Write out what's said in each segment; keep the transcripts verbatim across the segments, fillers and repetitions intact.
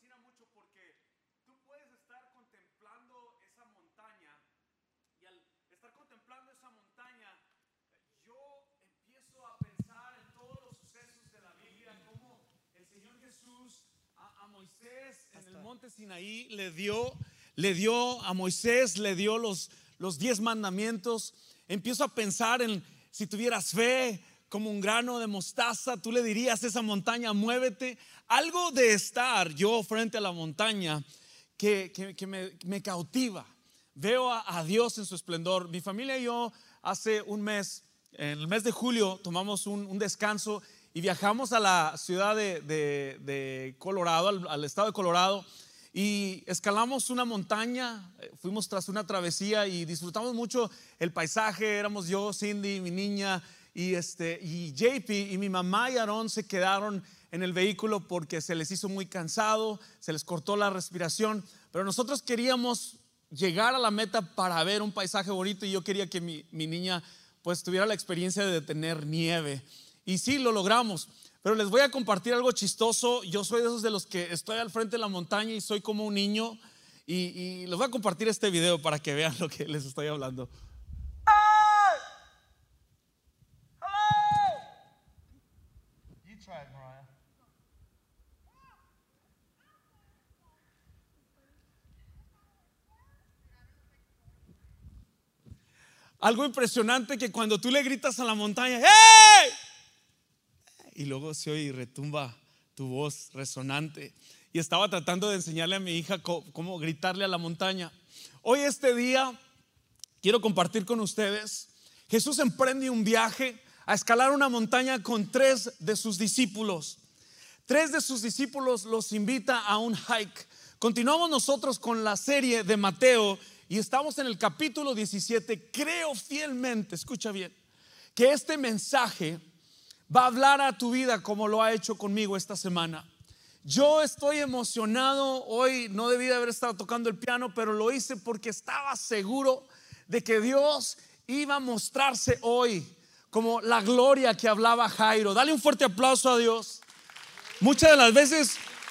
fascina mucho porque tú puedes estar contemplando esa montaña y al estar contemplando esa montaña, yo empiezo a pensar en todos los sucesos de la Biblia, como el Señor Jesús a, a Moisés en el monte Sinaí le dio, le dio a Moisés, le dio los, los diez mandamientos. Empiezo a pensar en si tuvieras fe como un grano de mostaza, tú le dirías a esa montaña, muévete. Algo de estar yo frente a la montaña que, que, que me, me cautiva. Veo a, a Dios en su esplendor. Mi familia y yo hace un mes, en el mes de julio, tomamos un, un descanso y viajamos a la ciudad de, de, de Colorado, al, al estado de Colorado, y escalamos una montaña. Fuimos tras una travesía y disfrutamos mucho el paisaje. Éramos yo, Cindy, mi niña y, este, y J P, y mi mamá y Aarón se quedaron en el vehículo porque se les hizo muy cansado, se les cortó la respiración, pero nosotros queríamos llegar a la meta para ver un paisaje bonito y yo quería que mi, mi niña pues tuviera la experiencia de tener nieve, y sí, lo logramos. Pero les voy a compartir algo chistoso. Yo soy de esos de los que estoy al frente de la montaña y soy como un niño, y, y les voy a compartir este video para que vean lo que les estoy hablando. Algo impresionante que cuando tú le gritas a la montaña, ¡hey! Y luego se oye y retumba tu voz resonante. Y estaba tratando de enseñarle a mi hija cómo, cómo gritarle a la montaña. Hoy, este día, quiero compartir con ustedes. Jesús emprende un viaje a escalar una montaña con tres de sus discípulos. Tres de sus discípulos los invita a un hike. Continuamos nosotros con la serie de Mateo y estamos en el capítulo diecisiete. Creo fielmente, escucha bien, que este mensaje va a hablar a tu vida como lo ha hecho conmigo esta semana. Yo estoy emocionado. Hoy no debí de haber estado tocando el piano, pero lo hice porque estaba seguro de que Dios iba a mostrarse hoy como la gloria que hablaba Jairo. Dale un fuerte aplauso a Dios. Muchas de las veces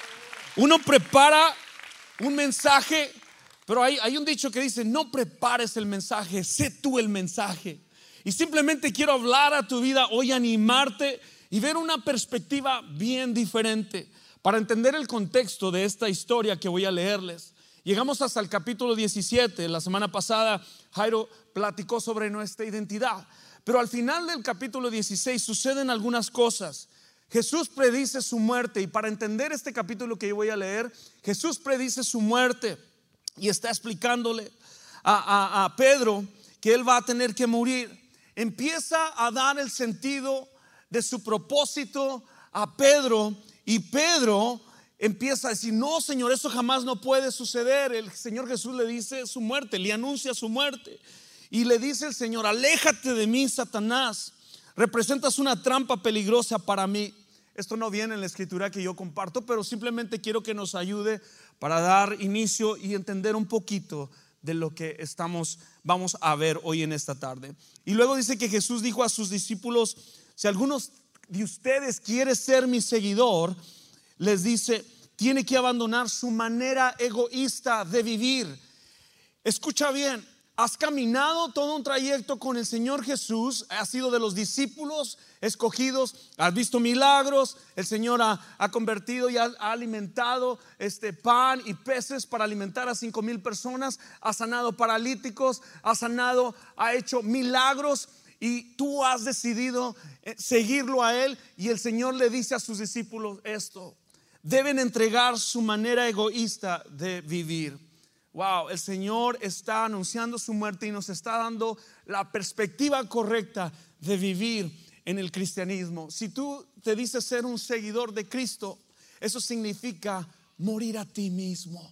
uno prepara un mensaje, pero hay, hay un dicho que dice: no prepares el mensaje, sé tú el mensaje. Y simplemente quiero hablar a tu vida hoy, animarte y ver una perspectiva bien diferente para entender el contexto de esta historia que voy a leerles. Llegamos hasta el capítulo diecisiete. La semana pasada Jairo platicó sobre nuestra identidad, pero al final del capítulo dieciséis suceden algunas cosas. Jesús predice su muerte, y para entender este capítulo que yo voy a leer, Jesús predice su muerte y está explicándole a, a, a Pedro que él va a tener que morir. Empieza a dar el sentido de su propósito a Pedro, y Pedro empieza a decir: no, Señor, eso jamás no puede suceder. El Señor Jesús le dice su muerte, le anuncia su muerte, y le dice el Señor: aléjate de mí, Satanás, representas una trampa peligrosa para mí. Esto no viene en la escritura que yo comparto, pero simplemente quiero que nos ayude para dar inicio y entender un poquito de lo que estamos, vamos a ver hoy en esta tarde. Y luego dice que Jesús dijo a sus discípulos: si algunos de ustedes quiere ser mi seguidor, les dice, tiene que abandonar su manera egoísta de vivir. Escucha bien, has caminado todo un trayecto con el Señor Jesús, has sido de los discípulos escogidos, has visto milagros. El Señor ha, ha convertido y ha, ha alimentado este pan y peces para alimentar a cinco mil personas, ha sanado paralíticos, ha sanado, ha hecho milagros, y tú has decidido seguirlo a Él. Y el Señor le dice a sus discípulos esto: deben entregar su manera egoísta de vivir. Wow, el Señor está anunciando su muerte y nos está dando la perspectiva correcta de vivir en el cristianismo. Si tú te dices ser un seguidor de Cristo, eso significa morir a ti mismo,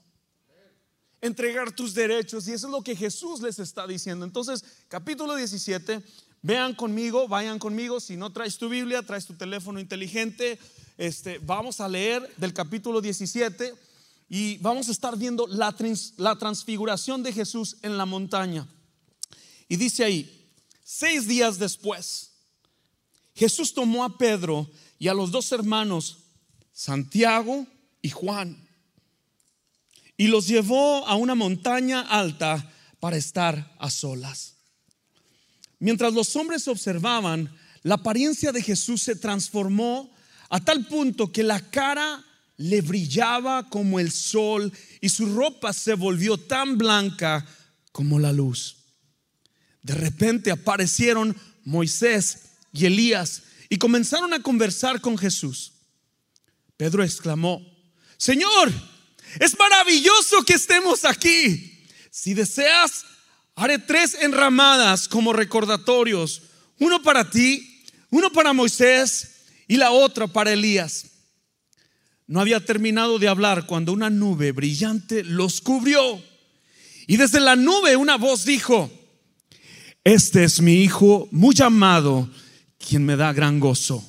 entregar tus derechos, y eso es lo que Jesús les está diciendo. Entonces, capítulo diecisiete, vean conmigo, vayan conmigo. Si no traes tu Biblia, traes tu teléfono inteligente, este, vamos a leer del capítulo diecisiete. Y vamos a estar viendo la, trans, la transfiguración de Jesús en la montaña. Y dice ahí: seis días después, Jesús tomó a Pedro y a los dos hermanos, Santiago y Juan, y los llevó a una montaña alta para estar a solas. Mientras los hombres observaban, la apariencia de Jesús se transformó a tal punto que la cara le brillaba como el sol y su ropa se volvió tan blanca como la luz. De repente aparecieron Moisés y Elías y comenzaron a conversar con Jesús. Pedro exclamó: Señor, es maravilloso que estemos aquí. Si deseas, haré tres enramadas como recordatorios, uno para ti, uno para Moisés y la otra para Elías. No había terminado de hablar cuando una nube brillante los cubrió, y desde la nube una voz dijo: Este es mi hijo muy amado, quien me da gran gozo.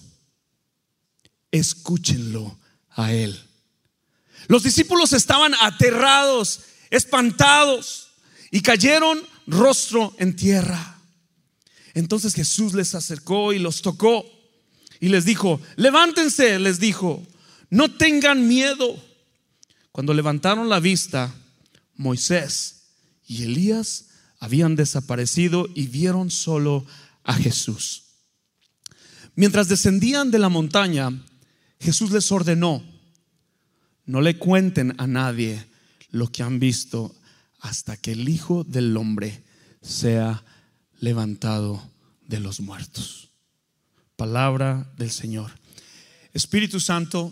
Escúchenlo a él. Los discípulos estaban aterrados, espantados, y cayeron rostro en tierra. Entonces Jesús les acercó y los tocó y les dijo: levántense, les dijo, no tengan miedo. Cuando levantaron la vista, Moisés y Elías habían desaparecido y vieron solo a Jesús. Mientras descendían de la montaña, Jesús les ordenó: no le cuenten a nadie lo que han visto hasta que el Hijo del Hombre sea levantado de los muertos. Palabra del Señor. Espíritu Santo,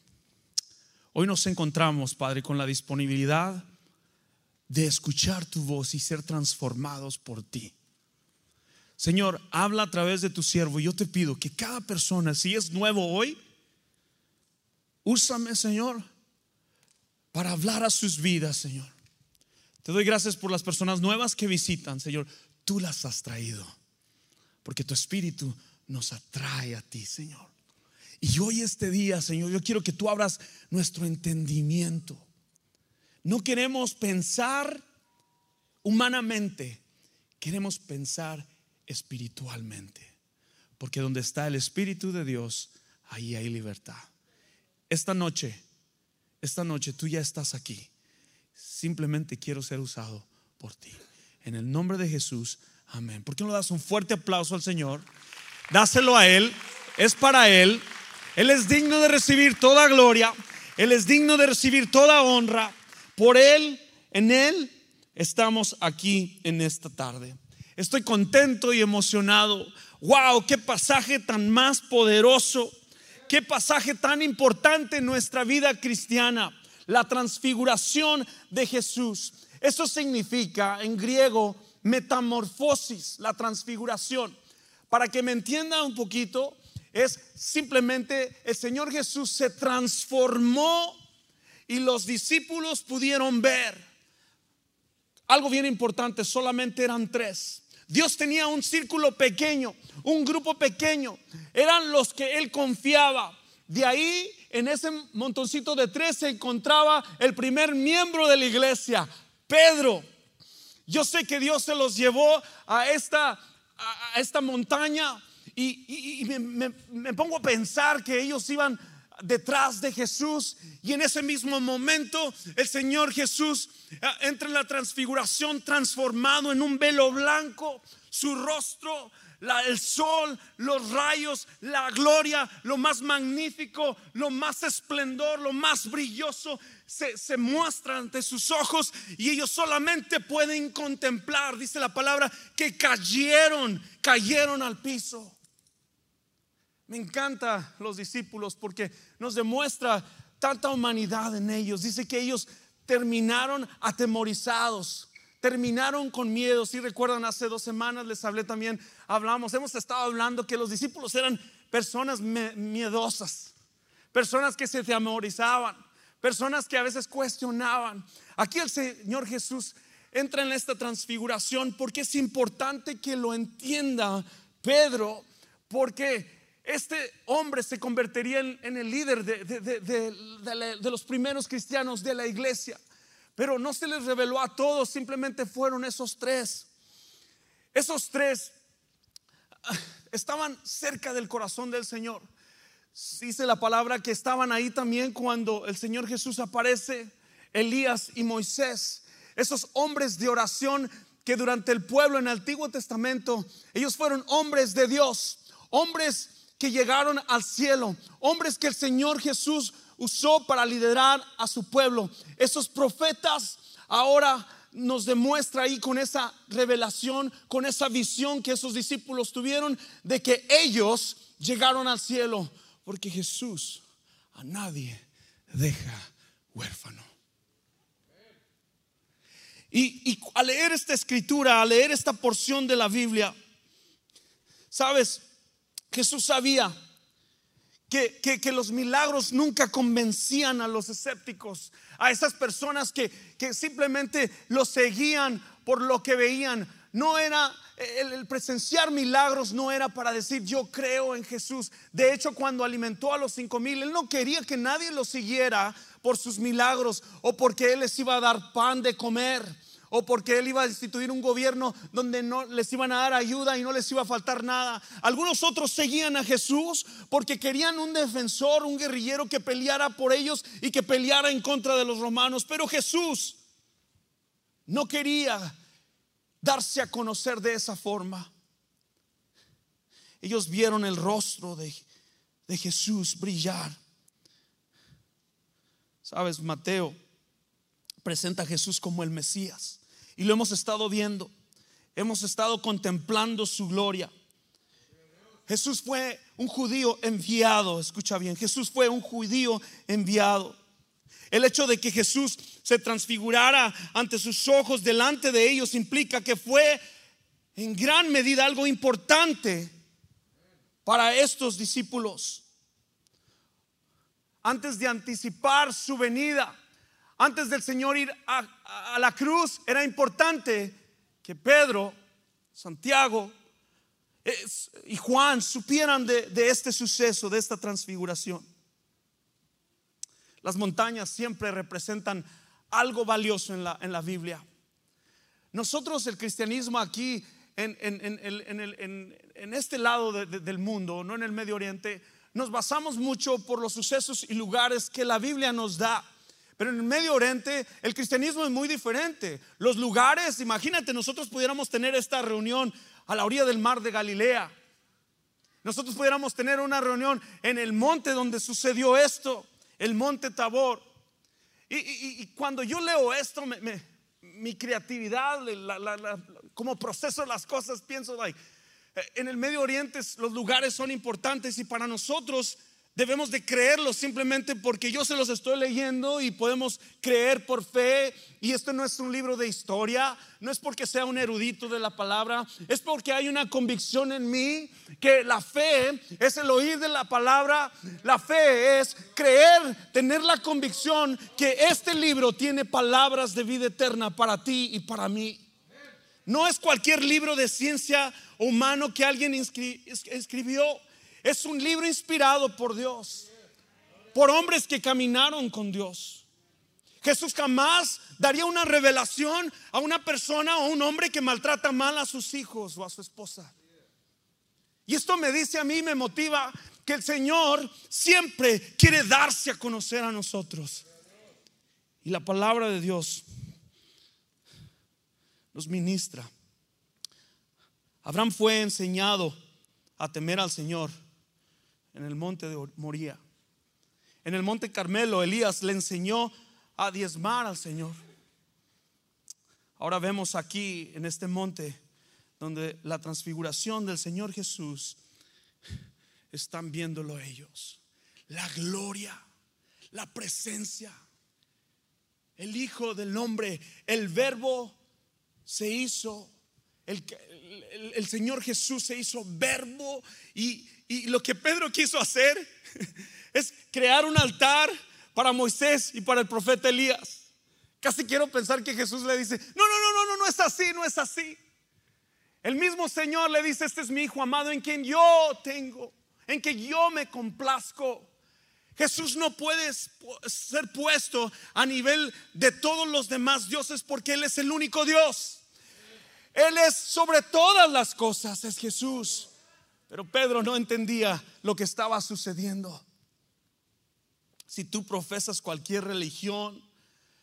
hoy nos encontramos, Padre, con la disponibilidad de escuchar tu voz y ser transformados por ti. Señor, habla a través de tu siervo. Y yo te pido que cada persona, si es nuevo hoy, úsame, Señor, para hablar a sus vidas, Señor. Te doy gracias por las personas nuevas que visitan, Señor. Tú las has traído, porque tu Espíritu nos atrae a ti, Señor. Y hoy, este día, Señor, yo quiero que tú abras nuestro entendimiento. No queremos pensar humanamente, queremos pensar espiritualmente, porque donde está el Espíritu de Dios, ahí hay libertad. Esta noche, esta noche tú ya estás aquí. Simplemente quiero ser usado por ti. En el nombre de Jesús, amén. ¿Por qué no das un fuerte aplauso al Señor? Dáselo a Él, es para Él. Él es digno de recibir toda gloria. Él es digno de recibir toda honra. Por Él, en Él, estamos aquí en esta tarde. Estoy contento y emocionado. Wow, qué pasaje tan más poderoso. Qué pasaje tan importante en nuestra vida cristiana. La transfiguración de Jesús. Eso significa en griego metamorfosis, la transfiguración. Para que me entienda un poquito, es simplemente el Señor Jesús se transformó y los discípulos pudieron ver. Algo bien importante, solamente eran tres. Dios tenía un círculo pequeño, un grupo pequeño. Eran los que Él confiaba. De ahí, en ese montoncito de tres, se encontraba el primer miembro de la iglesia, Pedro. Yo sé que Dios se los llevó a esta, a esta montaña y, y, y me, me, me pongo a pensar que ellos iban detrás de Jesús, y en ese mismo momento el Señor Jesús entra en la transfiguración transformado en un velo blanco. Su rostro, la, el sol, los rayos, la gloria, lo más magnífico, lo más esplendor, lo más brilloso se, se muestra ante sus ojos, y ellos solamente pueden contemplar. Dice la palabra que cayeron, cayeron al piso. Me encanta los discípulos porque nos demuestra tanta humanidad en ellos. Dice que ellos terminaron atemorizados, terminaron con miedo. Si recuerdan, hace dos semanas les hablé también, hablamos, hemos estado hablando que los discípulos eran personas miedosas, personas que se atemorizaban, personas que a veces cuestionaban. Aquí el Señor Jesús entra en esta transfiguración porque es importante que lo entienda Pedro, porque este hombre se convertiría en, en el líder de, de, de, de, de, la, de los primeros cristianos de la iglesia. Pero no se les reveló a todos, simplemente fueron esos tres. Esos tres estaban cerca del corazón del Señor. Dice la palabra que estaban ahí también cuando el Señor Jesús aparece Elías y Moisés, esos hombres de oración que durante el pueblo en el Antiguo Testamento, ellos fueron hombres de Dios, hombres que llegaron al cielo, hombres que el Señor Jesús usó para liderar a su pueblo. Esos profetas ahora nos demuestra ahí con esa revelación, con esa visión que esos discípulos tuvieron de que ellos llegaron al cielo, porque Jesús a nadie deja huérfano. Y, y al leer esta escritura, al leer esta porción de la Biblia, sabes, Jesús sabía que, que, que los milagros nunca convencían a los escépticos, a esas personas que, que simplemente lo seguían por lo que veían. No era el, el presenciar milagros, no era para decir yo creo en Jesús. De hecho, cuando alimentó a los cinco mil, él no quería que nadie lo siguiera por sus milagros, o porque él les iba a dar pan de comer, o porque él iba a instituir un gobierno donde no les iban a dar ayuda y no les iba a faltar nada. Algunos otros seguían a Jesús porque querían un defensor, un guerrillero que peleara por ellos y que peleara en contra de los romanos. Pero Jesús no quería darse a conocer de esa forma. Ellos vieron el rostro de, de Jesús brillar. Sabes, Mateo presenta a Jesús como el Mesías, y lo hemos estado viendo, hemos estado contemplando su gloria. Jesús fue un judío enviado, escucha bien, Jesús fue un judío enviado. El hecho de que Jesús se transfigurara ante sus ojos, delante de ellos, implica que fue en gran medida algo importante para estos discípulos. Antes de anticipar su venida, antes del Señor ir a, a, a la cruz, era importante que Pedro, Santiago es, y Juan supieran de, de este suceso, de esta transfiguración. Las montañas siempre representan algo valioso en la, en la Biblia. Nosotros, el cristianismo aquí en, en, en, en, el, en, en este lado de, de, del mundo, no en el Medio Oriente, nos basamos mucho por los sucesos y lugares que la Biblia nos da. Pero en el Medio Oriente el cristianismo es muy diferente. Los lugares, imagínate, nosotros pudiéramos tener esta reunión a la orilla del mar de Galilea. Nosotros pudiéramos tener una reunión en el monte donde sucedió esto, el monte Tabor. Y, y, y cuando yo leo esto, me, me, mi creatividad, la, la, la, como proceso las cosas, pienso like, en el Medio Oriente los lugares son importantes, y para nosotros debemos de creerlos simplemente porque yo se los estoy leyendo y podemos creer por fe. Y esto no es un libro de historia, no es porque sea un erudito de la palabra, es porque hay una convicción en mí que la fe es el oír de la palabra. La fe es creer, tener la convicción que este libro tiene palabras de vida eterna para ti y para mí. No es cualquier libro de ciencia humano que alguien escribió. Es un libro inspirado por Dios, por hombres que caminaron con Dios. Jesús jamás daría una revelación a una persona o a un hombre que maltrata mal a sus hijos o a su esposa. Y esto me dice a mí, me motiva que el Señor siempre quiere darse a conocer a nosotros. Y la palabra de Dios nos ministra. Abraham fue enseñado a temer al Señor en el monte de Moría. En el monte Carmelo, Elías le enseñó a diezmar al Señor. Ahora vemos aquí en este monte donde la transfiguración del Señor Jesús, están viéndolo ellos. La gloria, la presencia, el Hijo del Hombre, el Verbo se hizo. El, el, el Señor Jesús se hizo verbo, y, y lo que Pedro quiso hacer es crear un altar para Moisés y para el profeta Elías. Casi quiero pensar que Jesús le dice: no, no, no, no, no, no es así, no es así. El mismo Señor le dice: este es mi Hijo amado en quien yo tengo, en que yo me complazco. Jesús no puede ser puesto a nivel de todos los demás dioses, porque Él es el único Dios. Él es sobre todas las cosas, es Jesús. Pero Pedro no entendía lo que estaba sucediendo. Si tú profesas cualquier religión,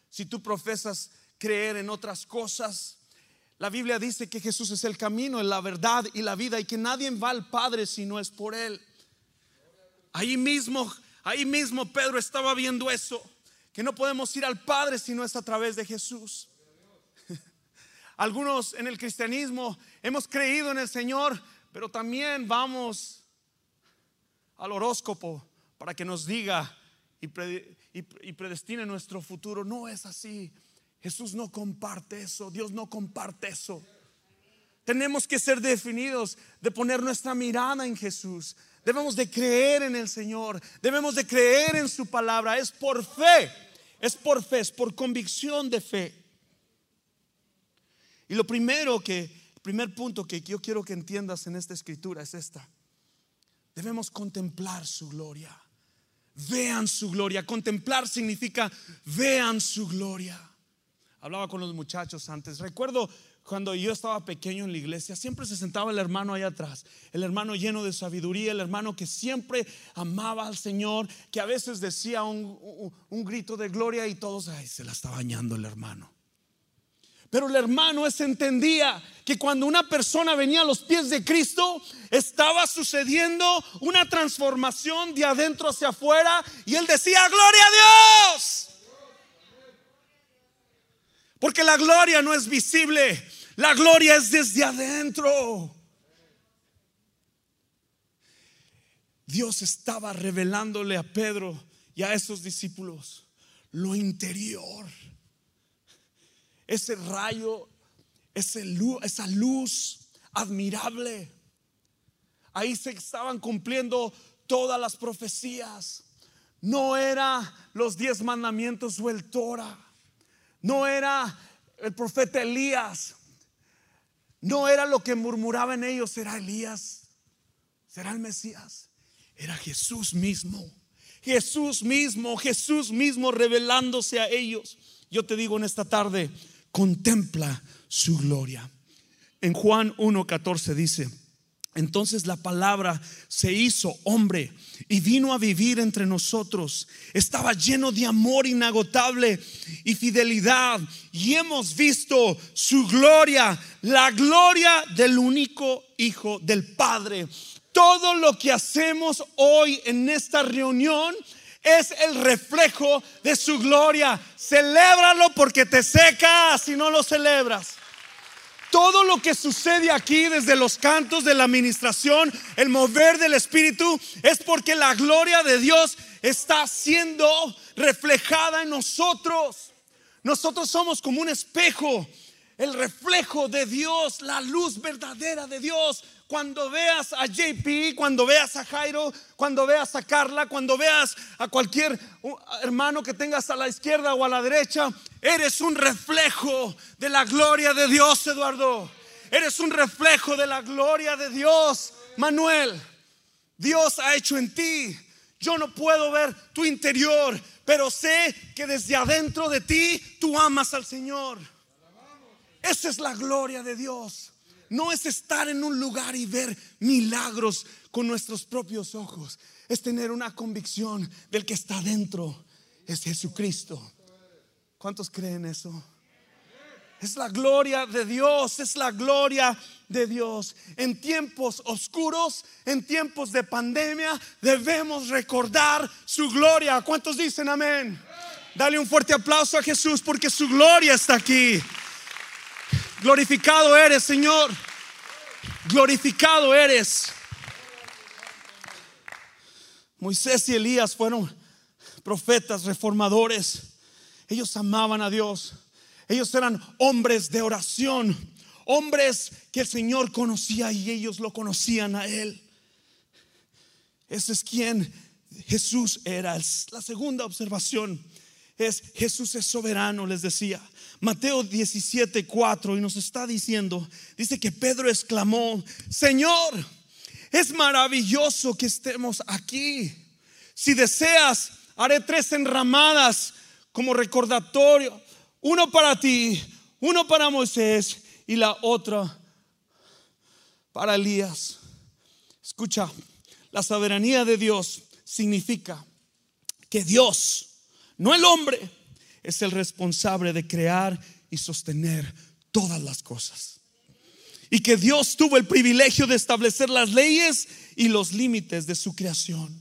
si tú profesas creer en otras cosas, la Biblia dice que Jesús es el camino, la verdad y la vida, y que nadie va al Padre si no es por Él. Ahí mismo, ahí mismo Pedro estaba viendo eso, que no podemos ir al Padre si no es a través de Jesús. Algunos en el cristianismo hemos creído en el Señor, pero también vamos al horóscopo para que nos diga y, pre, y, y predestine nuestro futuro. No es así. Jesús no comparte eso. Dios no comparte eso. Tenemos que ser definidos de poner nuestra mirada en Jesús. Debemos de creer en el Señor. Debemos de creer en su palabra. Es por fe. Es por fe, es por convicción de fe. Y lo primero que, el primer punto que yo quiero que entiendas en esta escritura es esta: debemos contemplar su gloria. Vean su gloria. Contemplar significa vean su gloria. Hablaba con los muchachos antes. Recuerdo cuando yo estaba pequeño en la iglesia, siempre se sentaba el hermano allá atrás, el hermano lleno de sabiduría, el hermano que siempre amaba al Señor, que a veces decía un, un, un grito de gloria y todos, ay, se la está bañando el hermano. Pero el hermano ese entendía que cuando una persona venía a los pies de Cristo, estaba sucediendo una transformación de adentro hacia afuera, y él decía: gloria a Dios. Porque la gloria no es visible, la gloria es desde adentro. Dios estaba revelándole a Pedro y a esos discípulos lo interior. Ese rayo, ese luz, esa luz admirable. Ahí se estaban cumpliendo todas las profecías. No era los diez mandamientos o el Torah. No era el profeta Elías. No era lo que murmuraban ellos. ¿Será Elías? ¿Será el Mesías? Era Jesús mismo. Jesús mismo, Jesús mismo revelándose a ellos. Yo te digo en esta tarde: contempla su gloria. En Juan uno catorce dice: entonces la palabra se hizo hombre y vino a vivir entre nosotros. Estaba lleno de amor inagotable y fidelidad, y hemos visto su gloria, la gloria del único Hijo del Padre. Todo lo que hacemos hoy en esta reunión es el reflejo de su gloria. Celébralo porque te secas si no lo celebras. Todo lo que sucede aquí, desde los cantos de la administración, el mover del Espíritu, es porque la gloria de Dios está siendo reflejada en nosotros. Nosotros somos como un espejo, el reflejo de Dios, la luz verdadera de Dios. Cuando veas a J P, cuando veas a Jairo, cuando veas a Carla, cuando veas a cualquier hermano que tengas a la izquierda o a la derecha, eres un reflejo de la gloria de Dios, Eduardo. Eres un reflejo de la gloria de Dios, Manuel. Dios ha hecho en ti. Yo no puedo ver tu interior, pero sé que desde adentro de ti tú amas al Señor. Esa es la gloria de Dios. No es estar en un lugar y ver milagros con nuestros propios ojos. Es tener una convicción del que está dentro. Es Jesucristo. ¿Cuántos creen eso? Es la gloria de Dios. Es la gloria de Dios. En tiempos oscuros, en tiempos de pandemia, debemos recordar su gloria. ¿Cuántos dicen amén? Dale un fuerte aplauso a Jesús, porque su gloria está aquí. Glorificado eres, Señor. Glorificado eres. Moisés y Elías fueron profetas reformadores. Ellos amaban a Dios. Ellos eran hombres de oración, hombres que el Señor conocía y ellos lo conocían a Él. Ese es quien Jesús era. La segunda observación es: Jesús es soberano, les decía. Mateo diecisiete cuatro, y nos está diciendo, dice que Pedro exclamó: Señor, es maravilloso que estemos aquí. Si deseas, haré tres enramadas como recordatorio, uno para ti, uno para Moisés y la otra para Elías. Escucha, la soberanía de Dios significa que Dios, no el hombre, es el responsable de crear y sostener todas las cosas. Y que Dios tuvo el privilegio de establecer las leyes y los límites de su creación.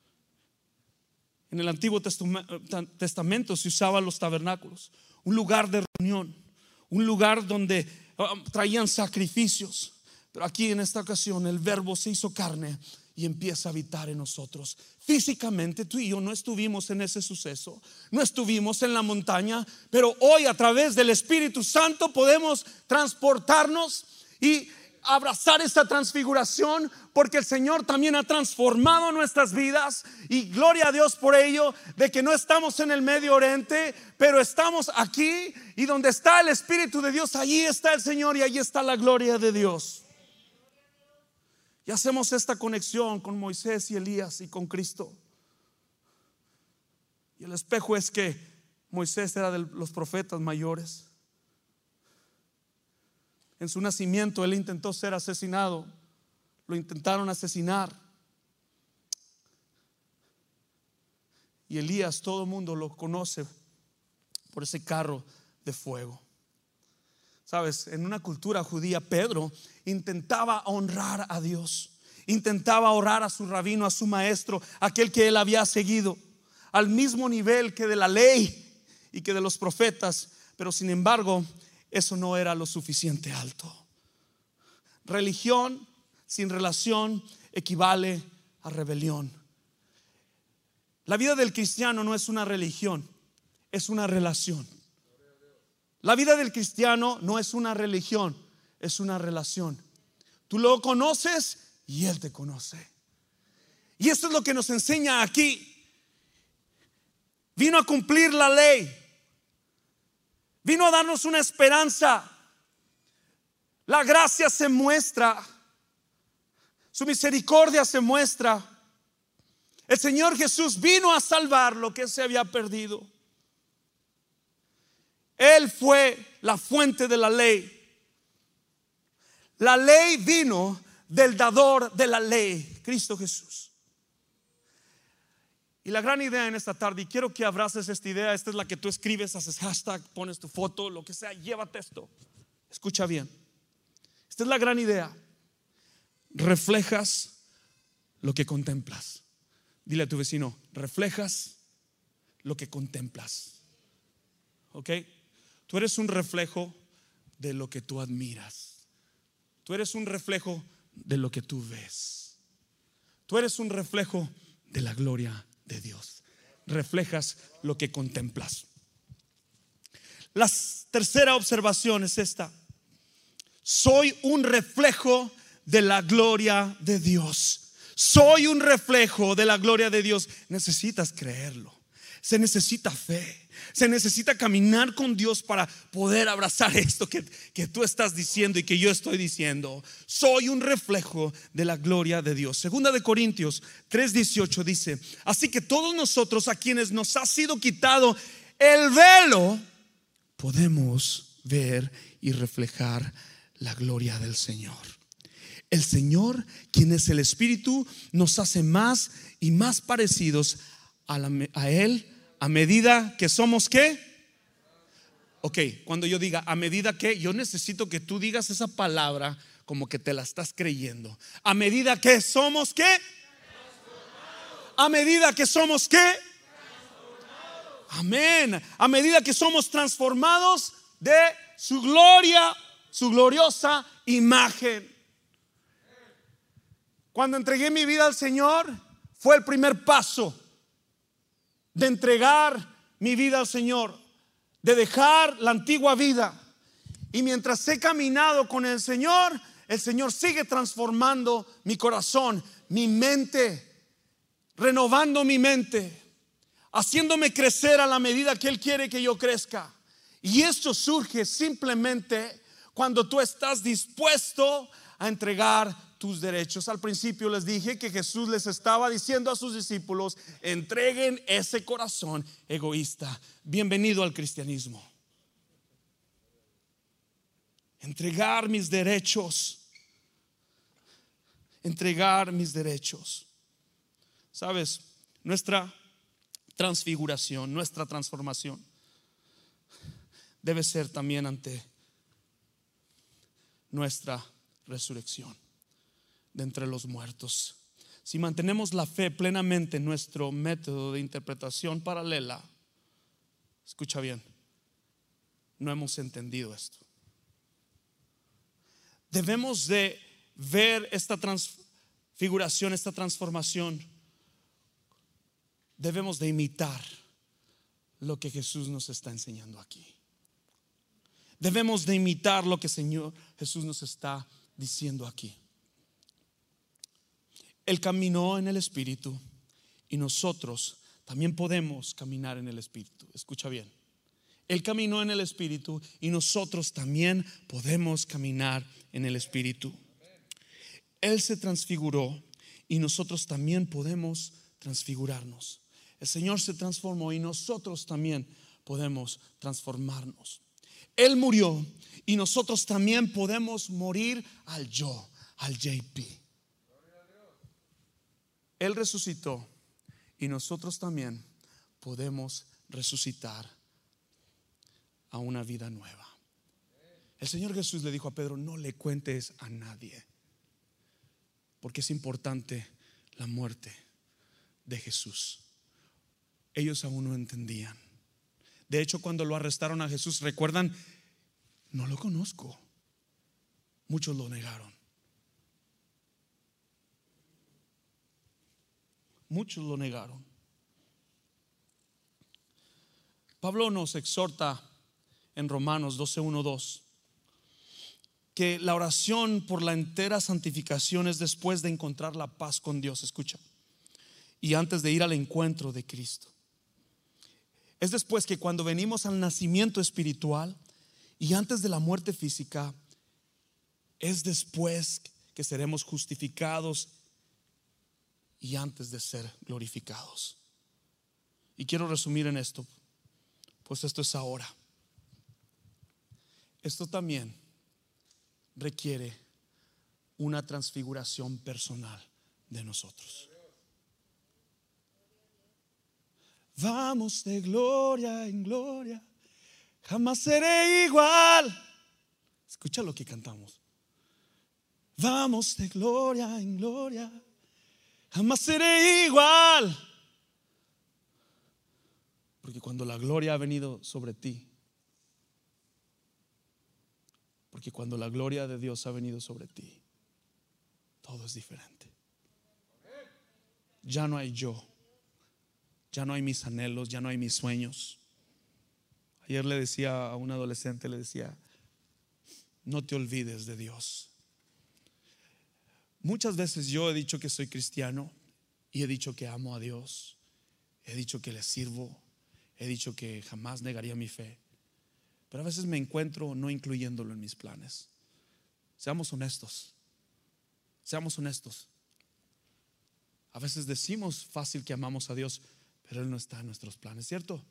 En el Antiguo Testamento se usaban los tabernáculos, un lugar de reunión, un lugar donde traían sacrificios. Pero aquí en esta ocasión el Verbo se hizo carne y empieza a habitar en nosotros. Físicamente tú y yo no estuvimos en ese suceso, no estuvimos en la montaña, pero hoy a través del Espíritu Santo podemos transportarnos y abrazar esta transfiguración, porque el Señor también ha transformado nuestras vidas. Y gloria a Dios por ello, de que no estamos en el Medio Oriente, pero estamos aquí, y donde está el Espíritu de Dios, allí está el Señor y allí está la gloria de Dios. Y hacemos esta conexión con Moisés y Elías y con Cristo. Y el espejo es que Moisés era de los profetas mayores. En su nacimiento él intentó ser asesinado, lo intentaron asesinar. Y Elías, todo el mundo lo conoce por ese carro de fuego. Sabes, en una cultura judía, Pedro intentaba honrar a Dios, intentaba honrar a su rabino, a su maestro, aquel que él había seguido, al mismo nivel que de la ley y que de los profetas. Pero sin embargo, eso no era lo suficiente alto. Religión sin relación equivale a rebelión. La vida del cristiano no es una religión, es una relación. La vida del cristiano no es una religión, es una relación. Tú lo conoces y Él te conoce. Y esto es lo que nos enseña aquí. Vino a cumplir la ley, vino a darnos una esperanza. La gracia se muestra, su misericordia se muestra. El Señor Jesús vino a salvar lo que se había perdido. Él fue la fuente de la ley. La ley vino del dador de la ley, Cristo Jesús. Y la gran idea en esta tarde, y quiero que abraces esta idea, esta es la que tú escribes, haces hashtag, pones tu foto, lo que sea, llévate esto. Escucha bien. Esta es la gran idea. Reflejas lo que contemplas. Dile a tu vecino, reflejas lo que contemplas. ¿Ok? Tú eres un reflejo de lo que tú admiras. Tú eres un reflejo de lo que tú ves. Tú eres un reflejo de la gloria de Dios. Reflejas lo que contemplas. La tercera observación es esta: soy un reflejo de la gloria de Dios. Soy un reflejo de la gloria de Dios. Necesitas creerlo. Se necesita fe. Se necesita caminar con Dios para poder abrazar esto que, que tú estás diciendo y que yo estoy diciendo. Soy un reflejo de la gloria de Dios. Segunda de Corintios tres dieciocho dice: así que todos nosotros, a quienes nos ha sido quitado el velo, podemos ver y reflejar la gloria del Señor. El Señor, quien es el Espíritu, nos hace más y más parecidos a, la, a Él, a medida que somos ¿qué? Ok, cuando yo diga a medida que, yo necesito que tú digas esa palabra como que te la estás creyendo. A medida que somos ¿qué? A medida que somos ¿qué? Amén. A medida que somos transformados de su gloria, su gloriosa imagen. Cuando entregué mi vida al Señor, fue el primer paso de entregar mi vida al Señor, de dejar la antigua vida. Y mientras he caminado con el Señor, el Señor sigue transformando mi corazón, mi mente, renovando mi mente, haciéndome crecer a la medida que Él quiere que yo crezca. Y esto surge simplemente cuando tú estás dispuesto a entregar tus derechos. Al principio les dije que Jesús les estaba diciendo a sus discípulos: entreguen ese corazón egoísta. Bienvenido al cristianismo. Entregar mis derechos. Entregar mis derechos. Sabes, nuestra transfiguración, nuestra transformación debe ser también ante nuestra resurrección de entre los muertos. Si mantenemos la fe plenamente en nuestro método de interpretación paralela, escucha bien, no hemos entendido esto. Debemos de ver esta transfiguración, esta transformación. Debemos de imitar lo que Jesús nos está enseñando aquí. Debemos de imitar lo que Señor Jesús nos está diciendo aquí. Él caminó en el Espíritu y nosotros también podemos caminar en el Espíritu. Escucha bien. Él caminó en el Espíritu y nosotros también podemos caminar en el Espíritu. Él se transfiguró y nosotros también podemos transfigurarnos. El Señor se transformó y nosotros también podemos transformarnos. Él murió y nosotros también podemos morir al yo, al J P. Él resucitó y nosotros también podemos resucitar a una vida nueva. El Señor Jesús le dijo a Pedro: no le cuentes a nadie, porque es importante la muerte de Jesús. Ellos aún no entendían. De hecho, cuando lo arrestaron a Jesús, recuerdan, no lo conozco. Muchos lo negaron. Muchos lo negaron. Pablo nos exhorta en Romanos doce, uno, dos que la oración por la entera santificación es después de encontrar la paz con Dios. Escucha. Y antes de ir al encuentro de Cristo. Es después que cuando venimos al nacimiento espiritual y antes de la muerte física, es después que seremos justificados y antes de ser glorificados. Y quiero resumir en esto, pues esto es ahora. Esto también requiere una transfiguración personal de nosotros. Vamos de gloria en gloria, jamás seré igual. Escucha lo que cantamos. Vamos de gloria en gloria, jamás seré igual. Porque cuando la gloria ha venido sobre ti, porque cuando la gloria de Dios ha venido sobre ti, todo es diferente. Ya no hay yo. Ya no hay mis anhelos, ya no hay mis sueños. Ayer le decía a un adolescente, le decía: no te olvides de Dios. Muchas veces yo he dicho que soy cristiano y he dicho que amo a Dios, he dicho que le sirvo, he dicho que jamás negaría mi fe, pero a veces me encuentro no incluyéndolo en mis planes. Seamos honestos. Seamos honestos. A veces decimos fácil que amamos a Dios, pero Él no está en nuestros planes, ¿cierto?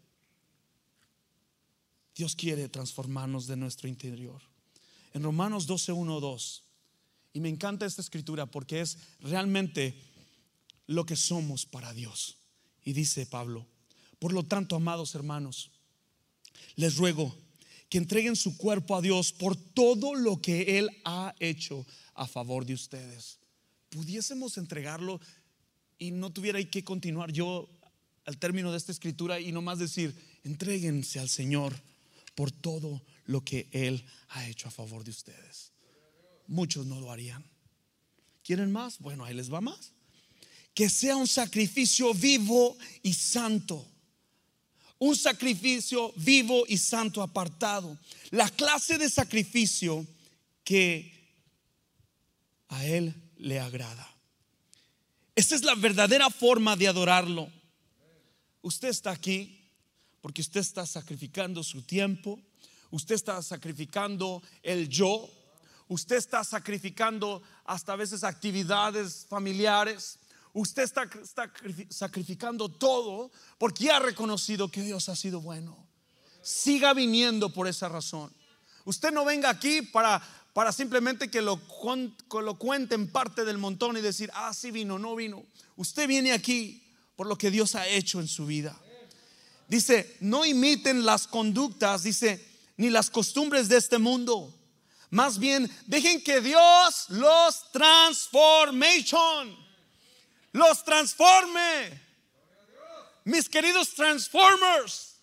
Dios quiere transformarnos de nuestro interior. En Romanos doce, uno, dos, y me encanta esta escritura porque es realmente lo que somos para Dios. Y dice Pablo: por lo tanto, amados hermanos, les ruego que entreguen su cuerpo a Dios por todo lo que Él ha hecho a favor de ustedes. Pudiésemos entregarlo y no tuviera que continuar yo al término de esta escritura y nomás decir: entréguense al Señor por todo lo que Él ha hecho a favor de ustedes. Muchos no lo harían. ¿Quieren más? Bueno, ahí les va más. Que sea un sacrificio vivo y santo. Un sacrificio vivo y santo apartado. La clase de sacrificio que a Él le agrada. Esta es la verdadera forma de adorarlo. Usted está aquí porque usted está sacrificando su tiempo, usted está sacrificando el yo, usted está sacrificando hasta a veces actividades familiares, usted está, está sacrificando todo porque ya ha reconocido que Dios ha sido bueno. Siga viniendo por esa razón. Usted no venga aquí para, para simplemente que lo, que lo cuenten parte del montón y decir: ah, sí vino, no vino. Usted viene aquí por lo que Dios ha hecho en su vida. Dice: no imiten las conductas, dice, ni las costumbres de este mundo. Más bien, dejen que Dios los transformation, los transforme. Mis queridos Transformers,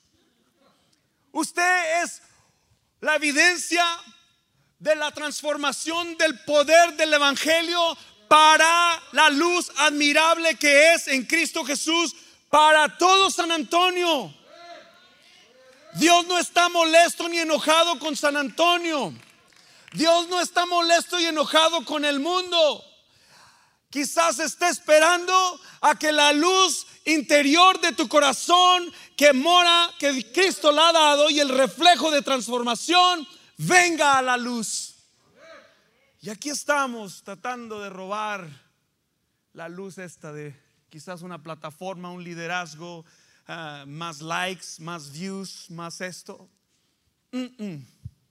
usted es la evidencia de la transformación del poder del Evangelio para la luz admirable que es en Cristo Jesús para todo San Antonio. Dios no está molesto ni enojado con San Antonio. Dios no está molesto y enojado con el mundo. Quizás esté esperando a que la luz interior de tu corazón que mora, que Cristo le ha dado, y el reflejo de transformación venga a la luz. Y aquí estamos tratando de robar la luz esta de quizás una plataforma, un liderazgo, uh, más likes, más views, más esto. Mm-mm.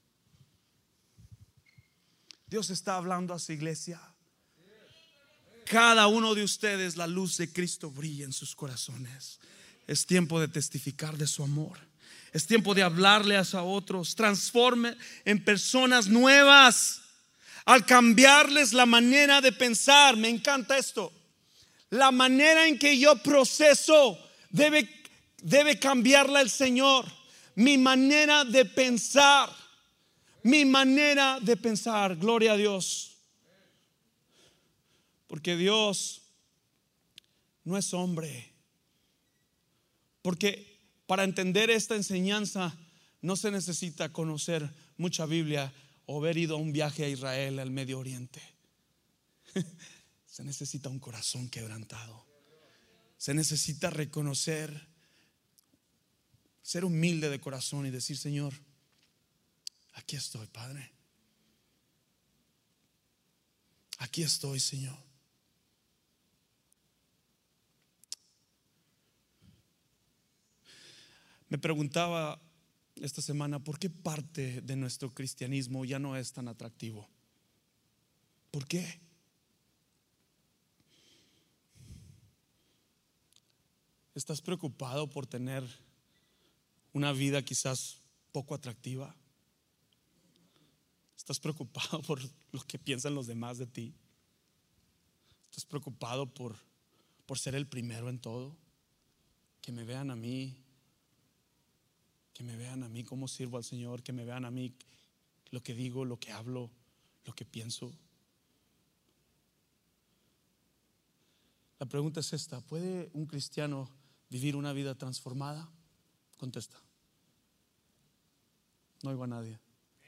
Dios está hablando a su iglesia. Cada uno de ustedes, la luz de Cristo brilla en sus corazones. Es tiempo de testificar de su amor. Es tiempo de hablarle a otros. Transforme en personas nuevas al cambiarles la manera de pensar. Me encanta esto. La manera en que yo proceso debe, debe cambiarla el Señor. Mi manera de pensar. Mi manera de pensar. Gloria a Dios. Porque Dios no es hombre. Porque para entender esta enseñanza no se necesita conocer mucha Biblia o haber ido a un viaje a Israel, al Medio Oriente. Se necesita un corazón quebrantado. Se necesita reconocer, ser humilde de corazón y decir: Señor, aquí estoy, Padre. Aquí estoy, Señor. Me preguntaba esta semana, ¿por qué parte de nuestro cristianismo ya no es tan atractivo? ¿Por qué? ¿Estás preocupado por tener una vida quizás poco atractiva? ¿Estás preocupado por lo que piensan los demás de ti? ¿Estás preocupado por, por ser el primero en todo? Que me vean a mí. Que me vean a mí cómo sirvo al Señor, que me vean a mí lo que digo, lo que hablo, lo que pienso. La pregunta es esta: ¿puede un cristiano vivir una vida transformada? Contesta. No oigo a nadie.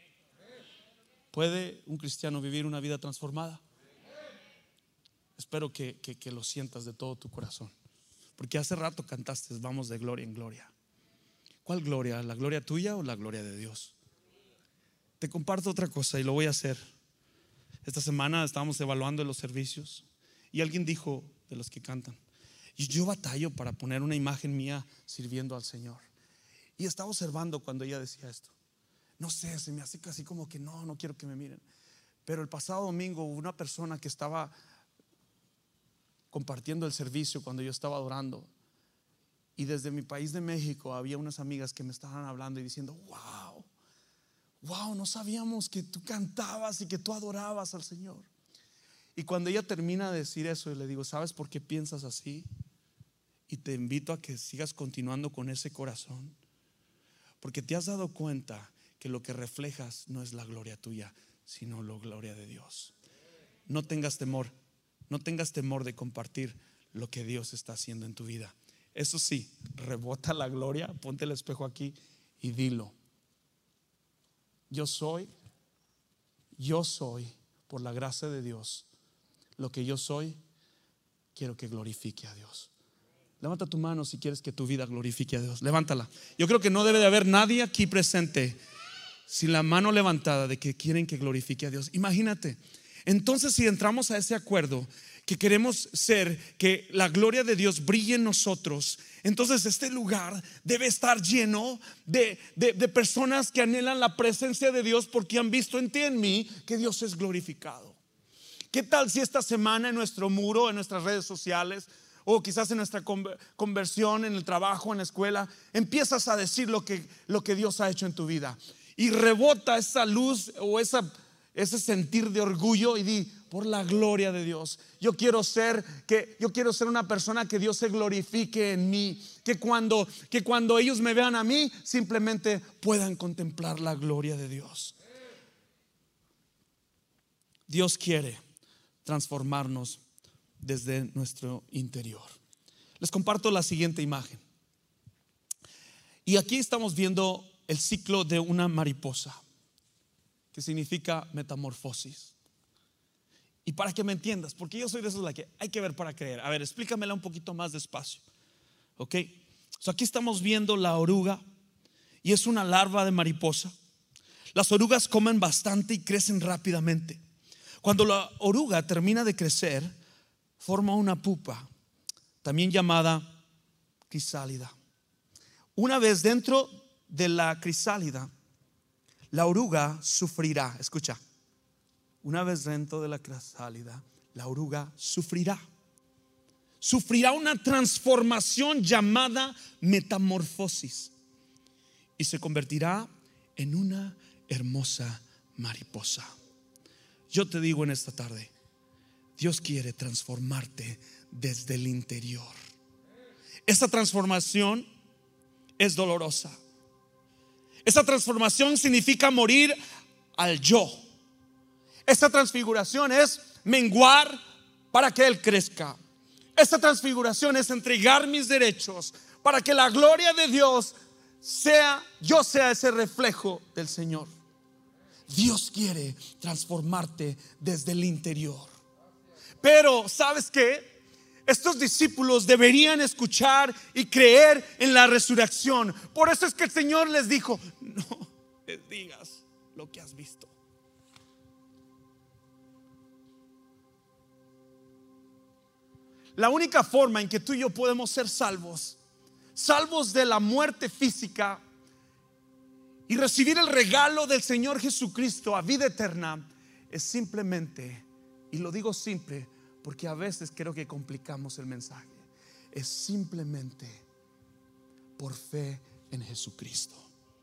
¿Puede un cristiano vivir una vida transformada? Espero que, que, que lo sientas de todo tu corazón, porque hace rato cantaste: vamos de gloria en gloria. ¿Cuál gloria? ¿La gloria tuya o la gloria de Dios? Te comparto otra cosa y lo voy a hacer. Esta semana estábamos evaluando los servicios y alguien dijo, de los que cantan: y yo batallo para poner una imagen mía sirviendo al Señor. Y estaba observando cuando ella decía esto. No sé, se me hace casi como que no, no quiero que me miren. Pero el pasado domingo hubo una persona que estaba compartiendo el servicio cuando yo estaba adorando. Y desde mi país de México había unas amigas que me estaban hablando y diciendo: wow, wow, no sabíamos que tú cantabas y que tú adorabas al Señor. Y cuando ella termina de decir eso, le digo: ¿sabes por qué piensas así? Y te invito a que sigas continuando con ese corazón, porque te has dado cuenta que lo que reflejas no es la gloria tuya, sino la gloria de Dios. No tengas temor, no tengas temor de compartir lo que Dios está haciendo en tu vida. Eso sí, rebota la gloria, ponte el espejo aquí y dilo: yo soy, yo soy, por la gracia de Dios, lo que yo soy, quiero que glorifique a Dios. Levanta tu mano si quieres que tu vida glorifique a Dios. Levántala. Yo creo que no debe de haber nadie aquí presente sin la mano levantada de que quieren que glorifique a Dios. Imagínate. Entonces, si entramos a ese acuerdo que queremos ser, que la gloria de Dios brille en nosotros, entonces este lugar debe estar lleno de, de, de personas que anhelan la presencia de Dios, porque han visto en ti, en mí, que Dios es glorificado. ¿Qué tal si esta semana en nuestro muro, en nuestras redes sociales, o quizás en nuestra conversión, en el trabajo, en la escuela, empiezas a decir lo que, lo que Dios ha hecho en tu vida? y rebota esa luz o esa, ese sentir de orgullo y di: por la gloria de Dios, yo quiero ser que yo quiero ser una persona que Dios se glorifique en mí, que cuando que cuando ellos me vean a mí simplemente puedan contemplar la gloria de Dios. Dios quiere transformarnos desde nuestro interior. Les comparto la siguiente imagen. Y aquí estamos viendo el ciclo de una mariposa, que significa metamorfosis. Y para que me entiendas, porque yo soy de esos de la que hay que ver para creer. A ver, explícamela un poquito más despacio. Ok, so aquí estamos viendo la oruga, y es una larva de mariposa. Las orugas comen bastante y crecen rápidamente. Cuando la oruga termina de crecer, forma una pupa, también llamada crisálida. Una vez dentro de la crisálida, la oruga sufrirá. Escucha, una vez dentro de la crisálida, la oruga sufrirá. Sufrirá una transformación llamada metamorfosis y se convertirá en una hermosa mariposa. Yo te digo en esta tarde, Dios quiere transformarte desde el interior. Esta transformación es dolorosa. Esta transformación significa morir al yo. Esta transfiguración es menguar para que Él crezca. Esta transfiguración es entregar mis derechos para que la gloria de Dios sea, yo sea ese reflejo del Señor. Dios quiere transformarte desde el interior. Pero ¿sabes qué? Estos discípulos deberían escuchar y creer en la resurrección. Por eso es que el Señor les dijo: no les digas lo que has visto. La única forma en que tú y yo podemos ser salvos, salvos de la muerte física y recibir el regalo del Señor Jesucristo a vida eterna, es simplemente, y lo digo simple porque a veces creo que complicamos el mensaje, es simplemente por fe en Jesucristo.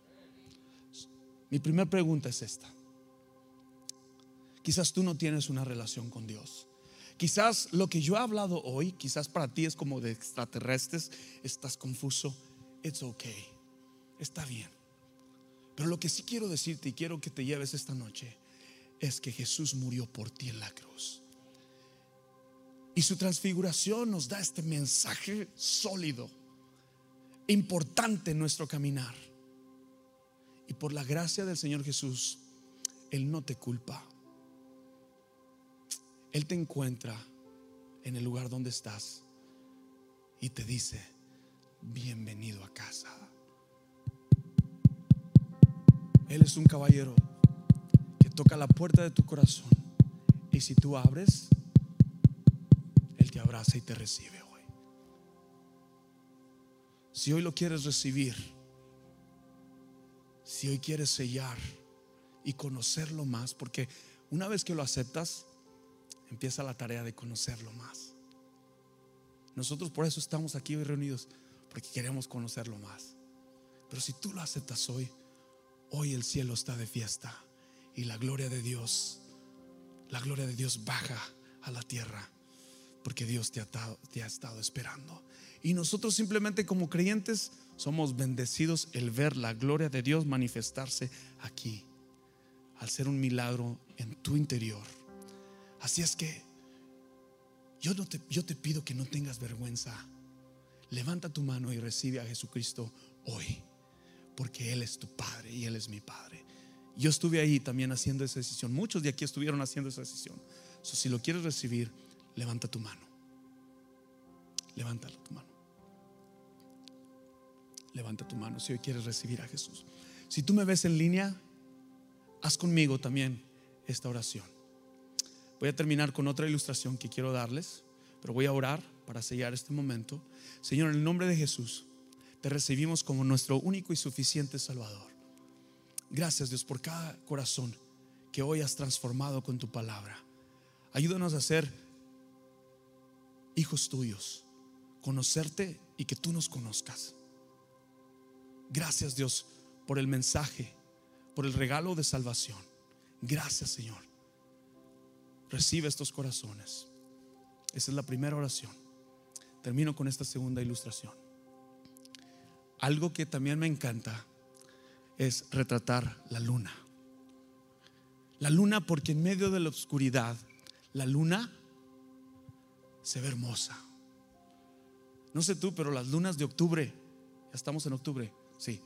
Mi primera pregunta es esta: quizás tú no tienes una relación con Dios. Quizás lo que yo he hablado hoy, quizás para ti es como de extraterrestres, estás confuso. It's okay, está bien. Pero lo que sí quiero decirte y quiero que te lleves esta noche es que Jesús murió por ti en la cruz. Y su transfiguración nos da este mensaje sólido, importante en nuestro caminar. Y por la gracia del Señor Jesús, Él no te culpa. Él te encuentra en el lugar donde estás y te dice: bienvenido a casa. Él es un caballero que toca la puerta de tu corazón, y si tú abres, Él te abraza y te recibe hoy. Si hoy lo quieres recibir, si hoy quieres sellar y conocerlo más, porque una vez que lo aceptas, empieza la tarea de conocerlo más. Nosotros por eso estamos aquí hoy reunidos, porque queremos conocerlo más. Pero si tú lo aceptas hoy, hoy el cielo está de fiesta y la gloria de Dios, la gloria de Dios baja a la tierra, porque Dios te ha, te ha estado esperando. Y nosotros simplemente como creyentes somos bendecidos el ver la gloria de Dios manifestarse aquí, al ser un milagro en tu interior. Así es que yo, no te, yo te pido que no tengas vergüenza. Levanta tu mano y recibe a Jesucristo hoy, porque Él es tu Padre y Él es mi Padre. Yo estuve ahí también haciendo esa decisión. Muchos de aquí estuvieron haciendo esa decisión. So, si lo quieres recibir, levanta tu mano. Levanta tu mano. Levanta tu mano si hoy quieres recibir a Jesús. Si tú me ves en línea, haz conmigo también esta oración. Voy a terminar con otra ilustración que quiero darles, pero voy a orar para sellar este momento. Señor, en el nombre de Jesús, te recibimos como nuestro único y suficiente Salvador. Gracias, Dios, por cada corazón que hoy has transformado con tu palabra. Ayúdanos a ser hijos tuyos, conocerte y que tú nos conozcas. Gracias, Dios, por el mensaje, por el regalo de salvación. Gracias, Señor. Recibe estos corazones. Esa es la primera oración. Termino con esta segunda ilustración. Algo que también me encanta es retratar la luna. La luna, porque en medio de la oscuridad, la luna se ve hermosa. No sé tú, pero las lunas de octubre, ya estamos en octubre, sí.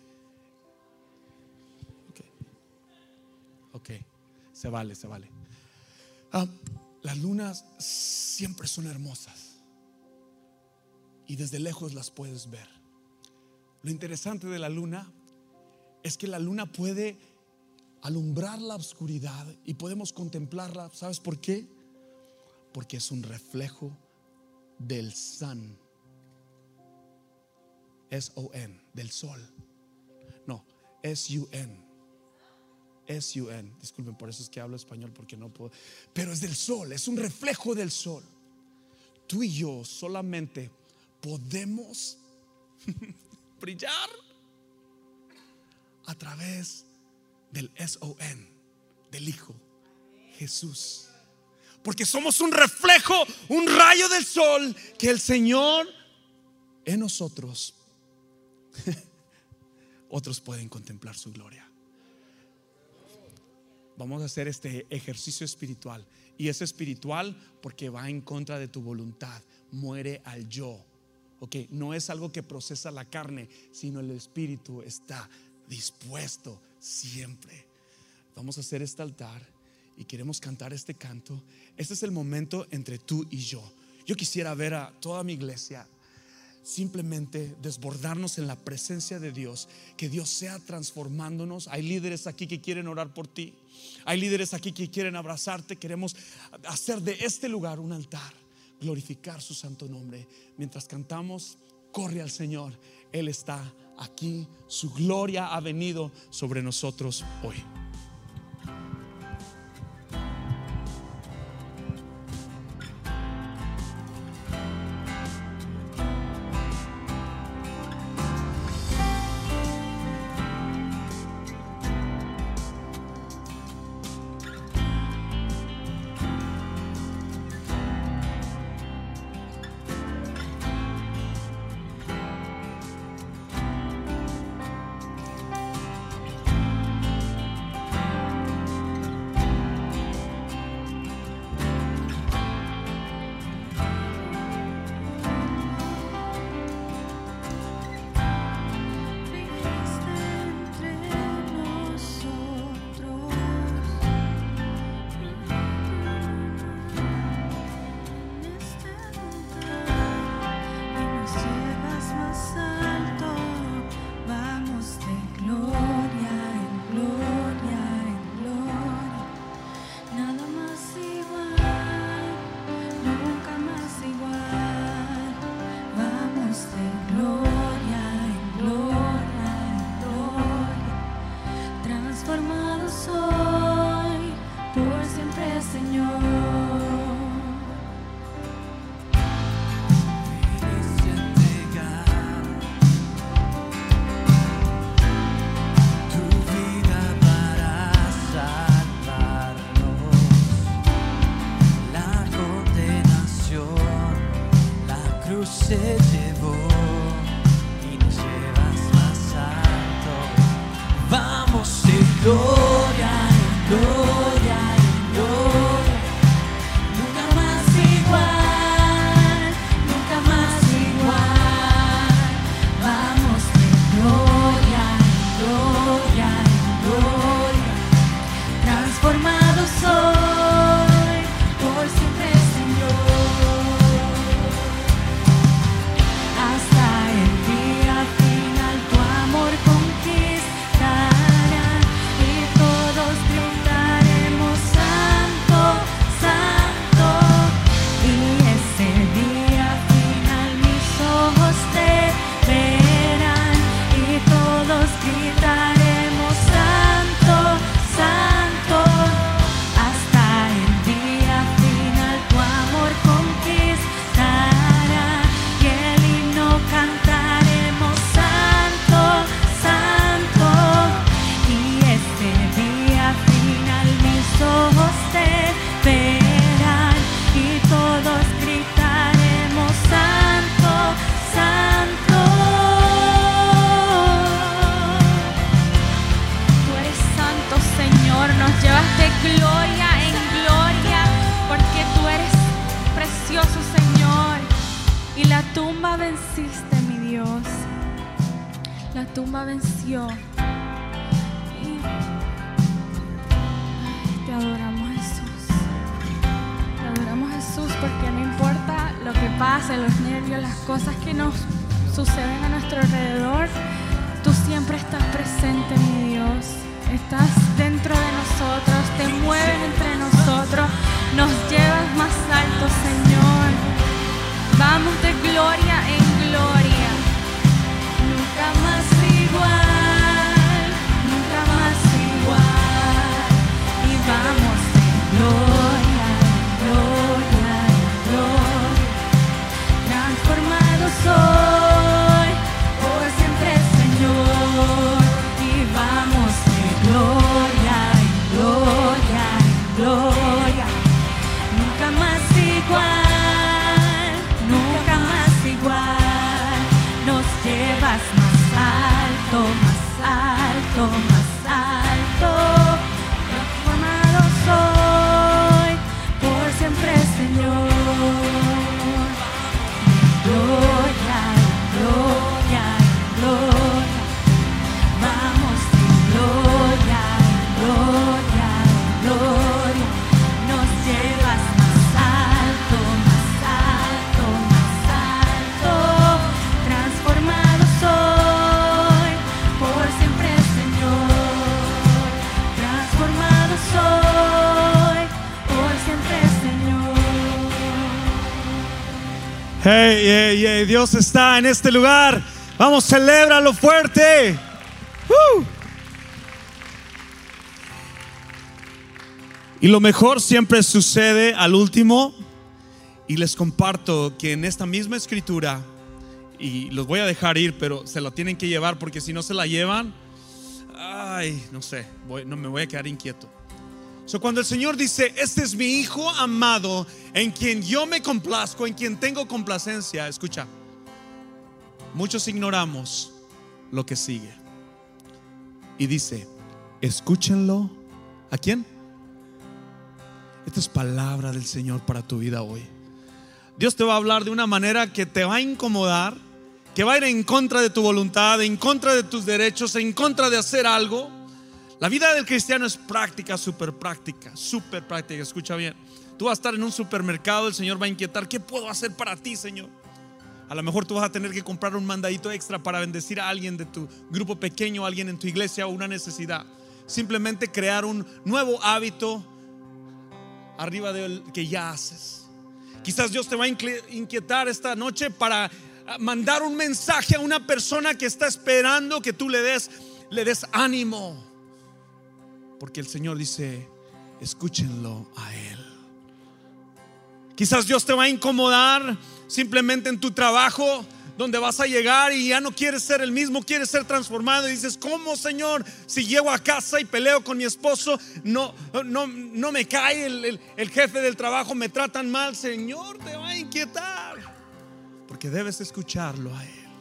Ok, ok, se vale, se vale. Ah, las lunas siempre son hermosas y desde lejos las puedes ver. Lo interesante de la luna es que la luna puede alumbrar la oscuridad y podemos contemplarla. ¿Sabes por qué? Porque es un reflejo del sun. S O N, del sol. No, S U N. S U N. Disculpen, por eso es que hablo español, porque no puedo. Pero es del sol, es un reflejo del sol. Tú y yo solamente podemos brillar a través del S O N, del Hijo Jesús. Porque somos un reflejo, un rayo del sol que el Señor en nosotros otros pueden contemplar su gloria. Vamos a hacer este ejercicio espiritual. Y es espiritual porque va en contra de tu voluntad. Muere al yo. Ok, no es algo que procesa la carne, sino el espíritu está dispuesto siempre. Vamos a hacer este altar y queremos cantar este canto. Este es el momento entre tú y yo. Yo quisiera ver a toda mi iglesia simplemente desbordarnos en la presencia de Dios, que Dios sea transformándonos. Hay líderes aquí que quieren orar por ti, hay líderes aquí que quieren abrazarte. Queremos hacer de este lugar un altar, glorificar su santo nombre. Mientras cantamos, corre al Señor. Él está aquí, su gloria ha venido sobre nosotros hoy. la tumba venciste, mi Dios. La tumba venció. Y te adoramos, Jesús. Te adoramos, Jesús, porque no importa lo que pase, los nervios, las cosas que nos suceden a nuestro alrededor, tú siempre estás presente, mi Dios. Estás dentro de nosotros, te mueves entre nosotros, nos llevas más alto, Señor. Vamos de gloria en gloria. Nunca más igual, nunca más igual. Y vamos de gloria en gloria en gloria. Transformado soy por siempre, Señor. Y vamos de gloria en gloria en gloria. Nunca más igual, nunca más igual. Nos llevas más alto, más alto, más alto. Transformado soy por siempre, Señor. Gloria, gloria, gloria. Vamos de gloria, gloria, gloria. Nos llevas más alto, más alto, más alto. Transformado soy por siempre, Señor. Transformado soy por siempre, Señor. Hey, hey, hey, Dios está en este lugar. Vamos, celébralo fuerte. ¡Uh! Y lo mejor siempre sucede al último. Y les comparto que en esta misma escritura, y los voy a dejar ir, pero se la tienen que llevar, porque si no se la llevan, ay, no sé, voy, no me voy a quedar inquieto. So, cuando el Señor dice: este es mi Hijo amado, en quien yo me complazco, en quien tengo complacencia, escucha, muchos ignoramos lo que sigue. Y dice: escúchenlo. ¿A quién? Esta es palabra del Señor para tu vida hoy. Dios te va a hablar de una manera que te va a incomodar, que va a ir en contra de tu voluntad, en contra de tus derechos, en contra de hacer algo. La vida del cristiano es práctica, súper práctica, súper práctica. Escucha bien. Tú vas a estar en un supermercado, el Señor va a inquietar: ¿qué puedo hacer para ti, Señor? A lo mejor tú vas a tener que comprar un mandadito extra para bendecir a alguien de tu grupo pequeño, a alguien en tu iglesia, o una necesidad. Simplemente crear un nuevo hábito arriba del que ya haces. Quizás Dios te va a inquietar esta noche para mandar un mensaje a una persona que está esperando que tú le des, le des ánimo. Porque el Señor dice: escúchenlo a Él. Quizás Dios te va a incomodar simplemente en tu trabajo, donde vas a llegar y ya no quieres ser el mismo, quieres ser transformado. Y dices: ¿cómo, Señor? Si llego a casa y peleo con mi esposo, no, no, no me cae el, el, el jefe del trabajo, me tratan mal. Señor, te va a inquietar, porque debes escucharlo a Él.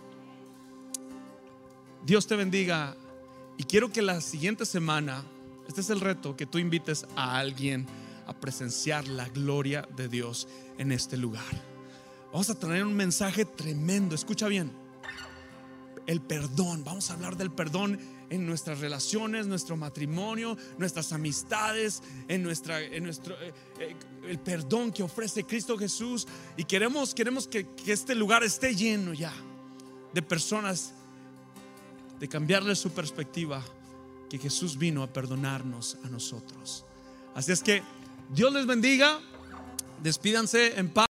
Dios te bendiga. Y quiero que la siguiente semana, este es el reto, que tú invites a alguien a presenciar la gloria de Dios en este lugar. Vamos a traer un mensaje tremendo. Escucha bien: el perdón. Vamos a hablar del perdón en nuestras relaciones, nuestro matrimonio, nuestras amistades, en nuestra, en nuestro, eh, eh, el perdón que ofrece Cristo Jesús. Y queremos, queremos que, que este lugar esté lleno ya de personas, de cambiarle su perspectiva, que Jesús vino a perdonarnos a nosotros. Así es que Dios les bendiga. Despídanse en paz.